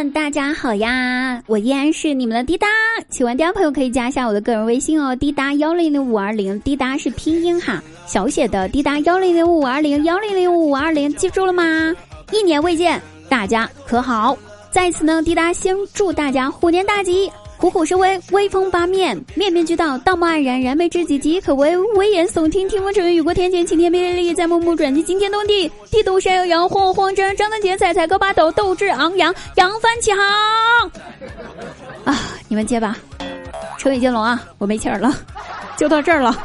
们，大家好呀！我依然是你们的滴答，喜欢滴答朋友可以加一下我的个人微信哦，滴答100520，滴答是拼音哈，小写的滴答100520，100520，记住了吗？1年未见，大家可好？在此呢，滴答先祝大家虎年大吉，虎虎生威，威风八面，面面俱到，道貌岸然，燃眉之急，岌岌可危，危言耸听，听风成云，雨过天晴，晴天霹雳，在暮暮转机，惊天动地，地动山摇摇，晃晃张张灯结彩，彩高八斗，斗志昂扬，扬帆起航啊！你们接吧，成语接龙啊，我没气儿了，就到这儿了。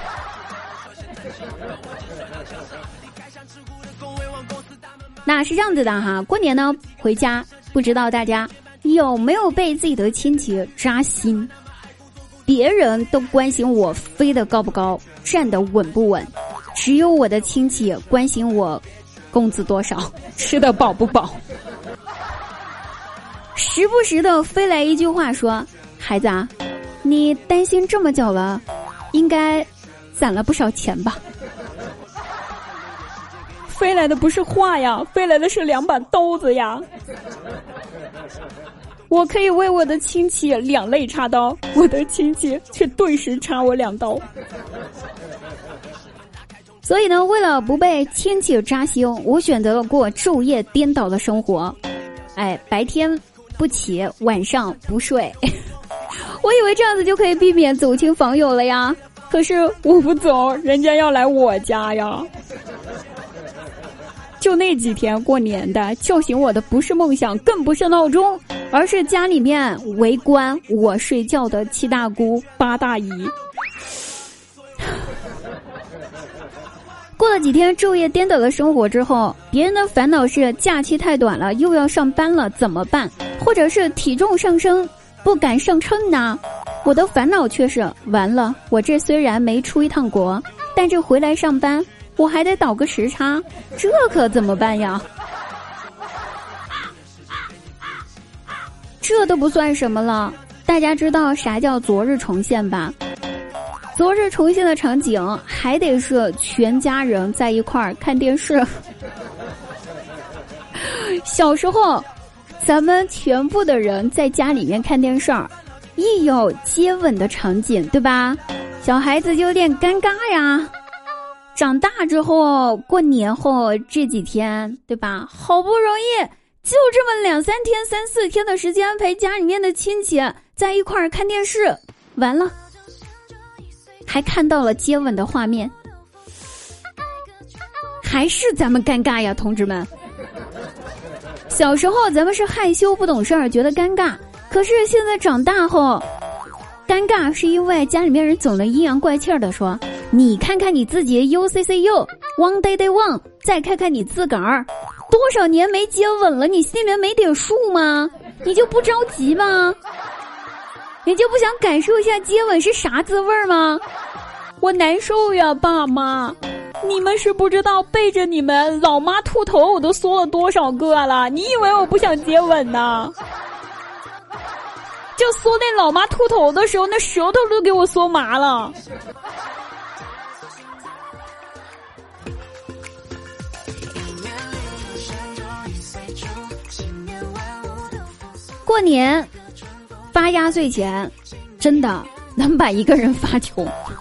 那是这样子的哈，过年呢回家，不知道大家有没有被自己的亲戚扎心？别人都关心我飞得高不高，站得稳不稳，只有我的亲戚关心我工资多少，吃得饱不饱。时不时的飞来一句话说：“孩子啊，你担心这么久了，应该攒了不少钱吧？”飞来的不是话呀，飞来的是2把刀子呀。我可以为我的亲戚2肋插刀，我的亲戚却顿时插我2刀。所以呢，为了不被亲戚扎心，我选择了过昼夜颠倒的生活。白天不起，晚上不睡。我以为这样子就可以避免走亲访友了呀，可是我不走，人家要来我家呀。就那几天过年的，叫醒我的不是梦想，更不是闹钟，而是家里面围观我睡觉的7大姑8大姨。过了几天昼夜颠倒的生活之后，别人的烦恼是假期太短了，又要上班了怎么办，或者是体重上升不敢上称呢？我的烦恼却是完了，我这虽然没出一趟国，但这回来上班我还得倒个时差，这可怎么办呀？这都不算什么了，大家知道啥叫昨日重现吧？昨日重现的场景还得是全家人在一块儿看电视。小时候咱们全部的人在家里面看电视，一有接吻的场景，对吧？小孩子就有点尴尬呀。长大之后，过年后这几天，对吧？好不容易就这么2-3天、3-4天的时间陪家里面的亲戚在一块儿看电视，完了，还看到了接吻的画面，还是咱们尴尬呀，同志们。小时候咱们是害羞不懂事儿，觉得尴尬，可是现在长大后，尴尬是因为家里面人总能阴阳怪气的说，你看看你自己 UCCU One Day Day One， 再看看你自个儿，多少年没接吻了，你心里面没点数吗？你就不着急吗？你就不想感受一下接吻是啥滋味吗？我难受呀，爸妈，你们是不知道背着你们老妈秃头我都缩了多少个了，你以为我不想接吻呢？就缩那老妈秃头的时候，那舌头都给我缩麻了。过年发压岁钱真的能把一个人发穷，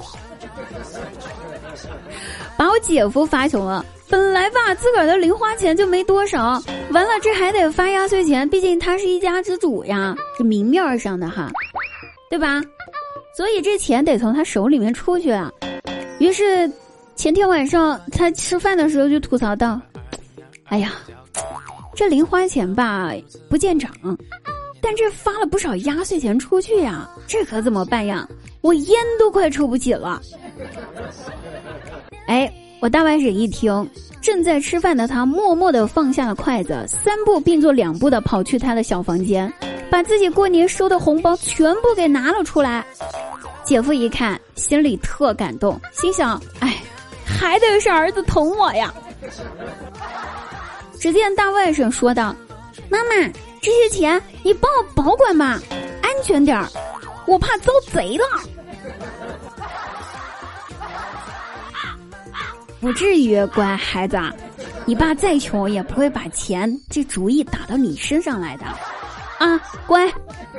把我姐夫发穷了。本来吧自个儿的零花钱就没多少，完了这还得发压岁钱，毕竟他是一家之主呀，这明面上的哈，对吧？所以这钱得从他手里面出去啊。于是前天晚上他吃饭的时候就吐槽道，哎呀，这零花钱吧不见涨，但这发了不少压岁钱出去呀，这可怎么办呀？我烟都快抽不起了。我大外甥一听，正在吃饭的他默默地放下了筷子，3步并作2步地跑去他的小房间，把自己过年收的红包全部给拿了出来。姐夫一看心里特感动，心想，还得是儿子疼我呀。只见大外甥说道，妈妈，这些钱你帮我保管吧，安全点儿，我怕遭贼了。不至于，乖孩子，你爸再穷也不会把钱这主意打到你身上来的。 啊，乖。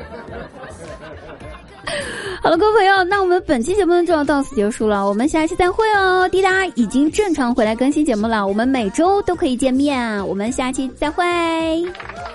好了，各位朋友，那我们本期节目就要到此结束了，我们下期再会哦。滴答已经正常回来更新节目了，我们每周都可以见面，我们下期再会。